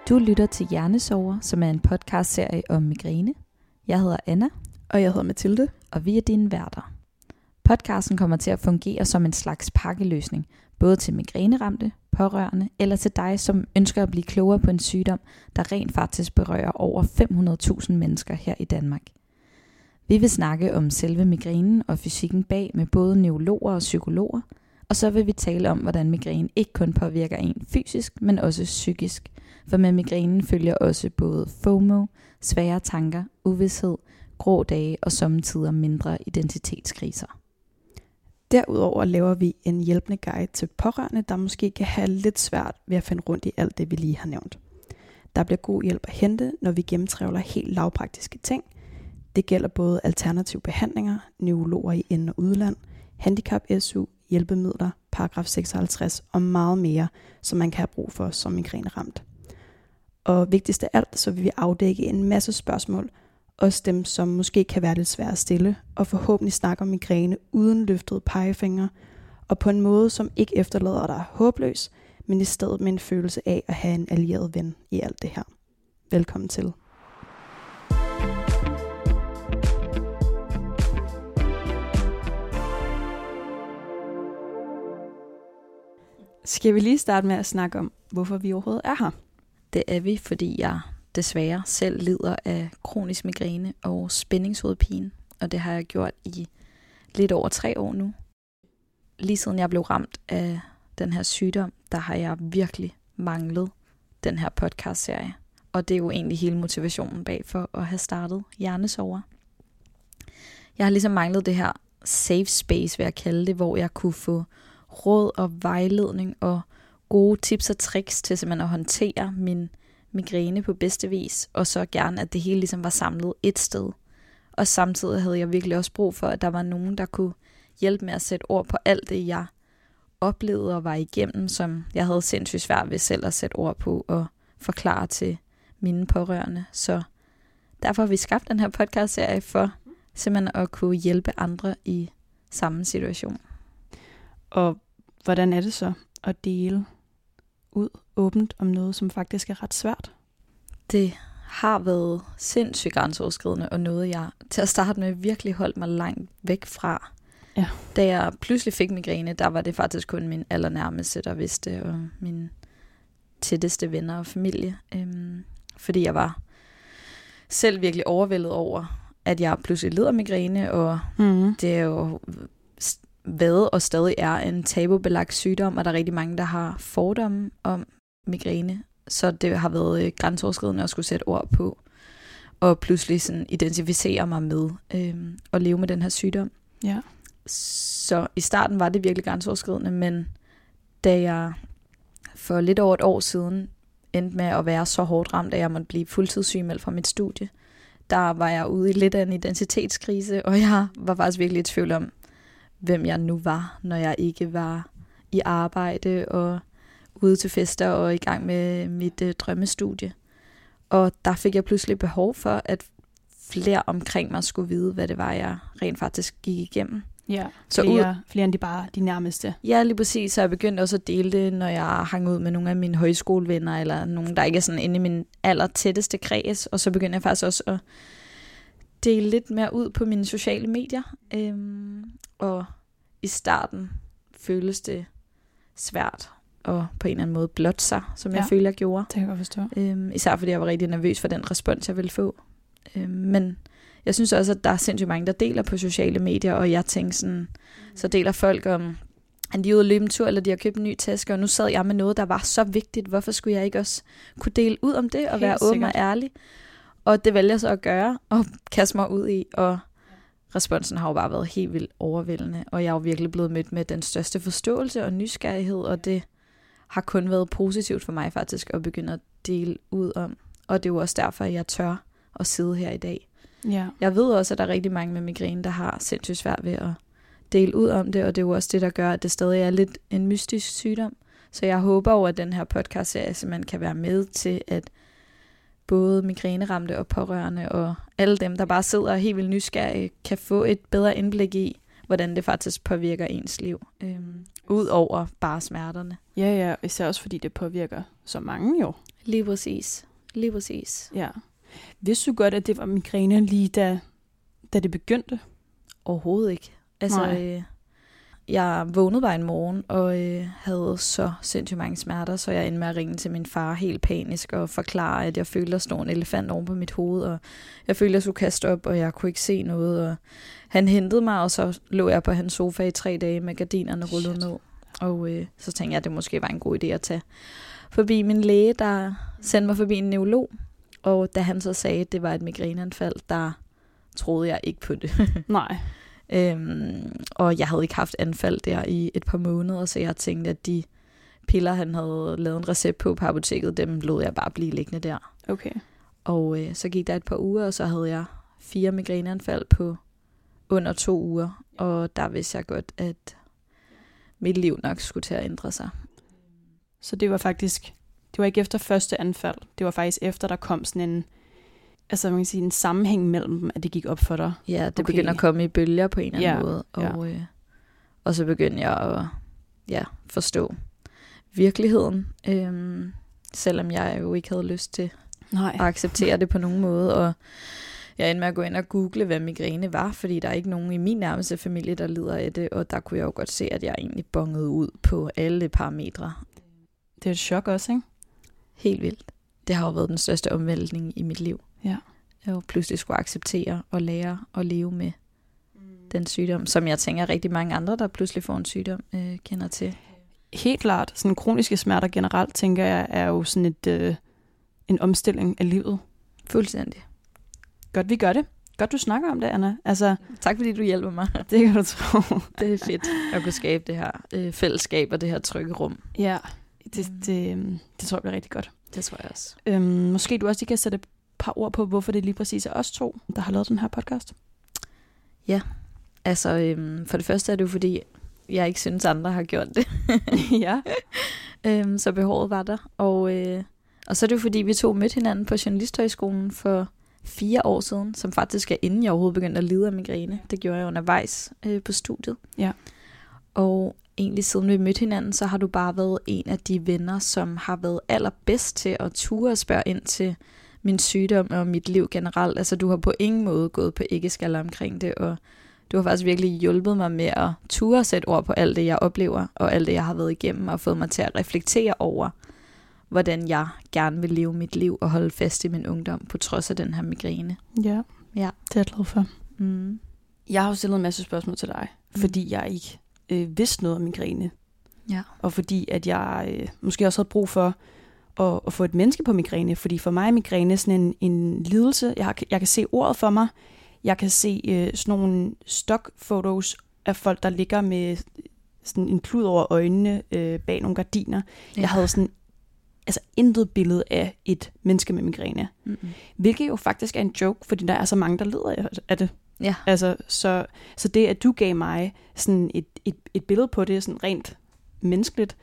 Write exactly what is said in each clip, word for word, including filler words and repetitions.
Du lytter til Hjernesover, som er en podcastserie om migræne. Jeg hedder Anna. Og jeg hedder Mathilde. Og vi er dine værter. Podcasten kommer til at fungere som en slags pakkeløsning, både til migræneramte, pårørende eller til dig, som ønsker at blive klogere på en sygdom, der rent faktisk berører over fem hundrede tusind mennesker her i Danmark. Vi vil snakke om selve migrænen og fysikken bag med både neurologer og psykologer, og så vil vi tale om, hvordan migræne ikke kun påvirker en fysisk, men også psykisk. For med migrænen følger også både FOMO, svære tanker, uvished, grå dage og sommetider mindre identitetskriser. Derudover laver vi en hjælpende guide til pårørende, der måske kan have lidt svært ved at finde rundt i alt det, vi lige har nævnt. Der bliver god hjælp at hente, når vi gennemtrævler helt lavpraktiske ting. Det gælder både alternative behandlinger, neurologer i ind- og udland, handicap-S U, hjælpemidler, paragraf seksoghalvtreds og meget mere, som man kan have brug for som migræneramt. Og vigtigst af alt, så vil vi afdække en masse spørgsmål, også dem, som måske kan være lidt svære at stille, og forhåbentlig snakke om migræne uden løftede pegefinger, og på en måde, som ikke efterlader dig håbløs, men i stedet med en følelse af at have en allieret ven i alt det her. Velkommen til. Skal vi lige starte med at snakke om, hvorfor vi overhovedet er her? Det er vi, fordi jeg desværre selv lider af kronisk migræne og spændingshovedpine, og det har jeg gjort i lidt over tre år nu. Lige siden jeg blev ramt af den her sygdom, der har jeg virkelig manglet den her podcastserie, og det er jo egentlig hele motivationen bag for at have startet Hjernesover. Jeg har ligesom manglet det her safe space, vil jeg kalde det, hvor jeg kunne få råd og vejledning og gode tips og tricks til simpelthen at håndtere min migræne på bedste vis, og så gerne, at det hele ligesom var samlet et sted. Og samtidig havde jeg virkelig også brug for, at der var nogen, der kunne hjælpe med at sætte ord på alt det, jeg oplevede og var igennem, som jeg havde sindssygt svært ved selv at sætte ord på og forklare til mine pårørende. Så derfor har vi skabt den her podcast-serie for simpelthen at kunne hjælpe andre i samme situation. Og hvordan er det så at dele ud åbent om noget, som faktisk er ret svært? Det har været sindssygt grænseoverskridende, og noget jeg til at starte med virkelig holdt mig langt væk fra. Ja. Da jeg pludselig fik migræne, der var det faktisk kun min allernærmeste, der vidste, og mine tætteste venner og familie. Øhm, fordi jeg var selv virkelig overvældet over, at jeg pludselig led af migræne, og mm-hmm. det er jo været og stadig er en tabubelagt sygdom, og der er rigtig mange, der har fordomme om migræne, så det har været grænseoverskridende at skulle sætte ord på, og pludselig sådan identificere mig med øhm, og leve med den her sygdom. Ja. Så i starten var det virkelig grænseoverskridende, men da jeg for lidt over et år siden endte med at være så hårdt ramt, at jeg måtte blive fuldtidssygemeldt fra mit studie, der var jeg ude i lidt af en identitetskrise, og jeg var faktisk virkelig i tvivl om, hvem jeg nu var, når jeg ikke var i arbejde og ude til fester og i gang med mit øh, drømmestudie. Og der fik jeg pludselig behov for, at flere omkring mig skulle vide, hvad det var, jeg rent faktisk gik igennem. Ja, så flere, ud... flere end de bare de nærmeste. Ja, lige præcis. Så jeg begyndte også at dele det, når jeg hang ud med nogle af mine højskolevenner, eller nogen, der ikke er sådan inde i min aller tætteste kreds. Og så begyndte jeg faktisk også at dele lidt mere ud på mine sociale medier. Øhm, og i starten føles det svært og på en eller anden måde blotte sig, som ja, jeg føler, jeg gjorde. Det kan jeg godt forstå. Øhm, især fordi jeg var rigtig nervøs for den respons, jeg ville få. Øhm, men jeg synes også, at der er sindssygt mange, der deler på sociale medier, og jeg tænker sådan, mm. så deler folk om, at de er ude at løbe en tur, eller de har købt en ny taske, og nu sad jeg med noget, der var så vigtigt. Hvorfor skulle jeg ikke også kunne dele ud om det, og helt være åben sikkert og ærlig? Og det vælger jeg så at gøre, og kaste mig ud i, og responsen har jo bare været helt vildt overvældende, og jeg er jo virkelig blevet mødt med den største forståelse og nysgerrighed, og det har kun været positivt for mig faktisk at begynde at dele ud om. Og det er jo også derfor, at jeg tør at sidde her i dag. Ja. Jeg ved også, at der er rigtig mange med migræne, der har sindssygt svært ved at dele ud om det, og det er jo også det, der gør, at det stadig er lidt en mystisk sygdom. Så jeg håber over, at den her podcast-serie simpelthen kan være med til, at både migræneramte og pårørende og alle dem, der bare sidder helt vildt nysgerrige, kan få et bedre indblik i, hvordan det faktisk påvirker ens liv. Øhm, ud over bare smerterne. Ja, ja, især også fordi det påvirker så mange jo. Lige præcis. Lige præcis. Ja. Vidste du godt, at det var migræne lige da, da det begyndte? Overhovedet ikke. Altså, øh, jeg vågnede bare en morgen, og øh, havde så sindssygt mange smerter, så jeg endte med at ringe til min far helt panisk og forklare, at jeg følte, at der stod en elefant oven på mit hoved, og jeg følte, at jeg skulle kaste op, og jeg kunne ikke se noget, og han hentede mig, og så lå jeg på hans sofa i tre dage med gardinerne rullet ned, og øh, så tænkte jeg, at det måske var en god idé at tage forbi min læge, der sendte mig forbi en neurolog, og da han så sagde, at det var et migræneanfald, der troede jeg ikke på det. Nej. Øhm, og jeg havde ikke haft anfald der i et par måneder, så jeg tænkte, at de piller, han havde lavet en recept på på apoteket, dem lod jeg bare blive liggende der. Okay. Og øh, så gik der et par uger, og så havde jeg fire migræneanfald på under to uger, og der vidste jeg godt, at mit liv nok skulle til at ændre sig. Så det var faktisk, det var ikke efter første anfald, det var faktisk efter, der kom sådan en, altså man kan sige, en sammenhæng mellem dem, at det gik op for dig. Ja, det okay. begyndte at komme i bølger på en eller anden ja. måde, og, ja. øh, og så begyndte jeg at ja, forstå virkeligheden, øhm, selvom jeg jo ikke havde lyst til Nej. at acceptere det på nogen måde, og jeg endte med at gå ind og google, hvad migræne var, fordi der er ikke nogen i min nærmeste familie, der lider af det, og der kunne jeg jo godt se, at jeg egentlig bongede ud på alle parametre. Det er et chok også, ikke? Helt vildt. Det har jo været den største omvæltning i mit liv. Ja. Jeg jo pludselig skulle acceptere og lære at leve med mm. den sygdom, som jeg tænker rigtig mange andre, der pludselig får en sygdom, øh, kender til. Helt klart. Sådan kroniske smerter generelt, tænker jeg, er jo sådan et, øh, en omstilling af livet. Fuldstændig. Godt, vi gør det. Godt, du snakker om det, Anna. Altså, tak fordi du hjælper mig. Det kan du tro. Det er fedt at kunne skabe det her øh, fællesskab og det her trygge rum. Ja, det, det, det tror jeg bliver rigtig godt. Det tror jeg også. Øhm, måske du også lige kan sætte et par ord på, hvorfor det lige præcis er os to, der har lavet den her podcast. Ja, altså øhm, for det første er det jo fordi, jeg ikke synes, andre har gjort det. Ja. øhm, så behovet var der. Og, øh, og så er det jo fordi, vi to mødte hinanden på Journalisthøjskolen for fire år siden, som faktisk er inden jeg overhovedet begyndte at lide af migræne. Det gjorde jeg undervejs øh, på studiet. Ja. Og egentlig siden vi mødte hinanden, så har du bare været en af de venner, som har været allerbedst til at ture og spørge ind til min sygdom og mit liv generelt. Altså du har på ingen måde gået på ikke-skaller omkring det, og du har faktisk virkelig hjulpet mig med at ture og sætte ord på alt det, jeg oplever, og alt det, jeg har været igennem, og fået mig til at reflektere over, hvordan jeg gerne vil leve mit liv og holde fast i min ungdom, på trods af den her migræne. Ja, ja. Det er jeg glad for. Mm. Jeg har jo stillet en masse spørgsmål til dig, mm. fordi jeg ikke øh, vidste noget om migræne. Ja. Og fordi at jeg øh, måske også havde brug for at, at få et menneske på migræne, fordi for mig er migræne sådan en, en lidelse. Jeg, har, jeg kan se ordet for mig. Jeg kan se øh, sådan nogle stockfotos af folk, der ligger med sådan en klud over øjnene øh, bag nogle gardiner. Ja. Jeg havde sådan altså intet billede af et menneske med migræne. Mm-hmm. Hvilket jo faktisk er en joke, fordi der er så mange, der lider af det. Ja. Altså, så, så det, at du gav mig sådan et, et, et billede på det, sådan rent menneskeligt,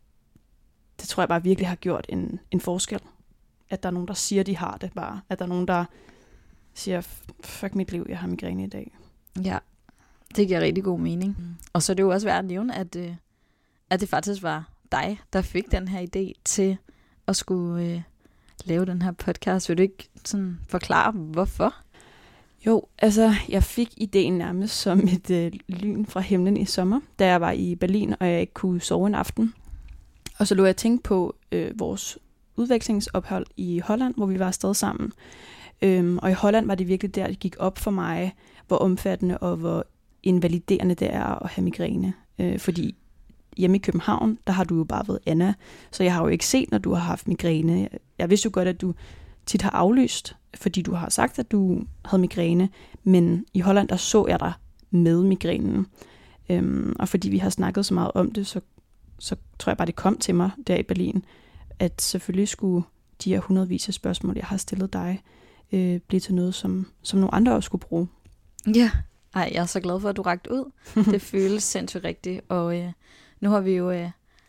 det tror jeg bare virkelig har gjort en, en forskel. At der er nogen, der siger, de har det bare. At der er nogen, der siger, fuck mit liv, jeg har migræne i dag. Ja, det giver rigtig god mening. Mm. Og så er det jo også værd at nævne, at, at det faktisk var dig, der fik den her idé til at skulle øh, lave den her podcast. Vil du ikke sådan forklare, hvorfor? Jo, altså jeg fik ideen nærmest som et øh, lyn fra himlen i sommer, da jeg var i Berlin, og jeg ikke kunne sove en aften. Og så lå jeg at tænke på øh, vores udvekslingsophold i Holland, hvor vi var afsted sammen. Øhm, og i Holland var det virkelig der, det gik op for mig, hvor omfattende og hvor invaliderende det er at have migræne. Øh, fordi hjemme i København, der har du jo bare været Anna, så jeg har jo ikke set, når du har haft migræne. Jeg vidste jo godt, at du tit har aflyst, fordi du har sagt, at du havde migræne, men i Holland, der så jeg dig med migrænen. Øhm, og fordi vi har snakket så meget om det, så, så tror jeg bare, det kom til mig der i Berlin, at selvfølgelig skulle de her hundredvis af spørgsmål, jeg har stillet dig, øh, blive til noget, som, som nogle andre også skulle bruge. Ja, ej, jeg er så glad for, at du rakte ud. Det føles sindssygt rigtigt, og øh, nu har vi jo øh,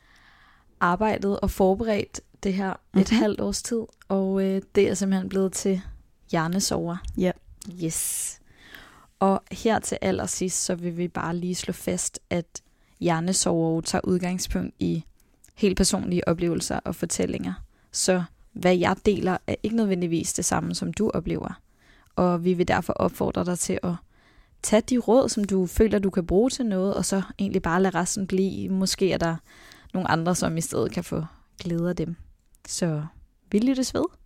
arbejdet og forberedt det her mm-hmm. et halvt års tid, og øh, det er simpelthen blevet til hjernesover. Ja. Yes. Og her til allersidst, så vil vi bare lige slå fast, at hjernesover tager udgangspunkt i helt personlige oplevelser og fortællinger. Så hvad jeg deler er ikke nødvendigvis det samme, som du oplever. Og vi vil derfor opfordre dig til at tage de råd, som du føler, du kan bruge til noget, og så egentlig bare lade resten blive. Måske er der nogle andre, som i stedet kan få glæde af dem. Så vi lyttes ved.